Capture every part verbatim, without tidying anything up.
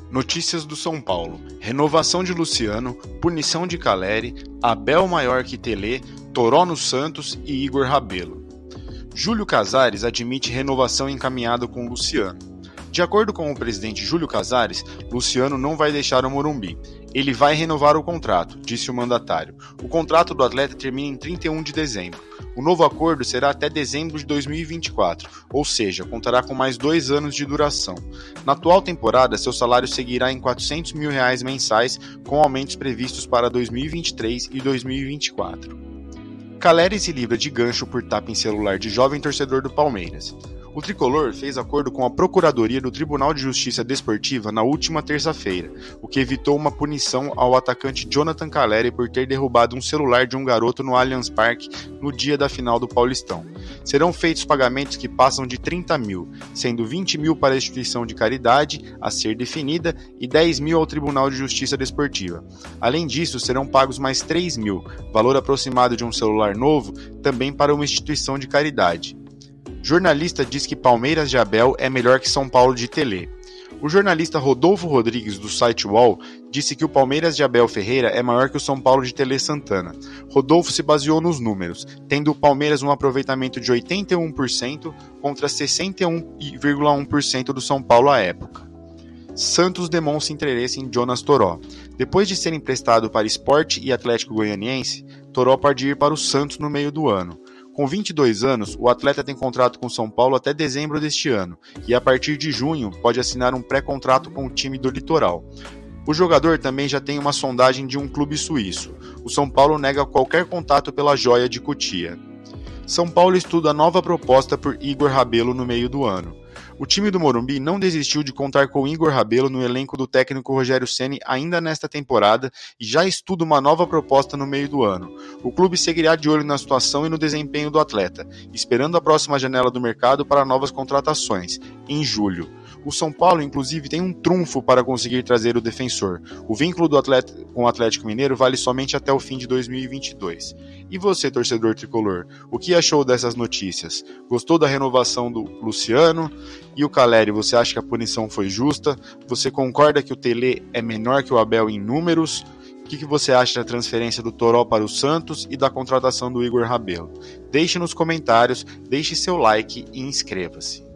Notícias do São Paulo. Renovação de Luciano, punição de Caleri, Abel maior que Telê, Toró no Santos e Igor Rabelo. Júlio Casares admite renovação encaminhada com Luciano. De acordo com o presidente Júlio Casares, Luciano não vai deixar o Morumbi. Ele vai renovar o contrato, disse o mandatário. O contrato do atleta termina em trinta e um de dezembro. O novo acordo será até dezembro de dois mil e vinte e quatro, ou seja, contará com mais dois anos de duração. Na atual temporada, seu salário seguirá em quatrocentos mil reais mensais, com aumentos previstos para dois mil e vinte e três e dois mil e vinte e quatro. Caleri se livra de gancho por tapa em celular de jovem torcedor do Palmeiras. O tricolor fez acordo com a Procuradoria do Tribunal de Justiça Desportiva na última terça-feira, o que evitou uma punição ao atacante Jonathan Caleri por ter derrubado um celular de um garoto no Allianz Parque no dia da final do Paulistão. Serão feitos pagamentos que passam de trinta mil, sendo vinte mil para a instituição de caridade, a ser definida, e dez mil ao Tribunal de Justiça Desportiva. Além disso, serão pagos mais três mil, valor aproximado de um celular novo, também para uma instituição de caridade. Jornalista diz que Palmeiras de Abel é melhor que São Paulo de Telê. O jornalista Rodolfo Rodrigues, do site U O L, disse que o Palmeiras de Abel Ferreira é maior que o São Paulo de Telê Santana. Rodolfo se baseou nos números, tendo o Palmeiras um aproveitamento de oitenta e um por cento contra sessenta e um vírgula um por cento do São Paulo à época. Santos demonstra interesse em Jonas Toró. Depois de ser emprestado para Sport e Atlético Goianiense, Toró pode ir para o Santos no meio do ano. Com vinte e dois anos, o atleta tem contrato com São Paulo até dezembro deste ano e, a partir de junho, pode assinar um pré-contrato com o time do Litoral. O jogador também já tem uma sondagem de um clube suíço. O São Paulo nega qualquer contato pela Joia de Cotia. São Paulo estuda a nova proposta por Igor Rabelo no meio do ano. O time do Morumbi não desistiu de contar com Igor Rabelo no elenco do técnico Rogério Ceni ainda nesta temporada e já estuda uma nova proposta no meio do ano. O clube seguirá de olho na situação e no desempenho do atleta, esperando a próxima janela do mercado para novas contratações, em julho. O São Paulo, inclusive, tem um trunfo para conseguir trazer o defensor. O vínculo do atleta com o Atlético Mineiro vale somente até o fim de dois mil e vinte e dois. E você, torcedor tricolor, o que achou dessas notícias? Gostou da renovação do Luciano? E o Caleri, você acha que a punição foi justa? Você concorda que o Telê é menor que o Abel em números? O que você acha da transferência do Toró para o Santos e da contratação do Igor Rabelo? Deixe nos comentários, deixe seu like e inscreva-se.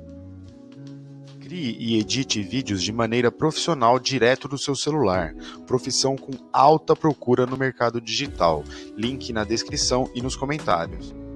Crie e edite vídeos de maneira profissional direto do seu celular. Profissão com alta procura no mercado digital. Link na descrição e nos comentários.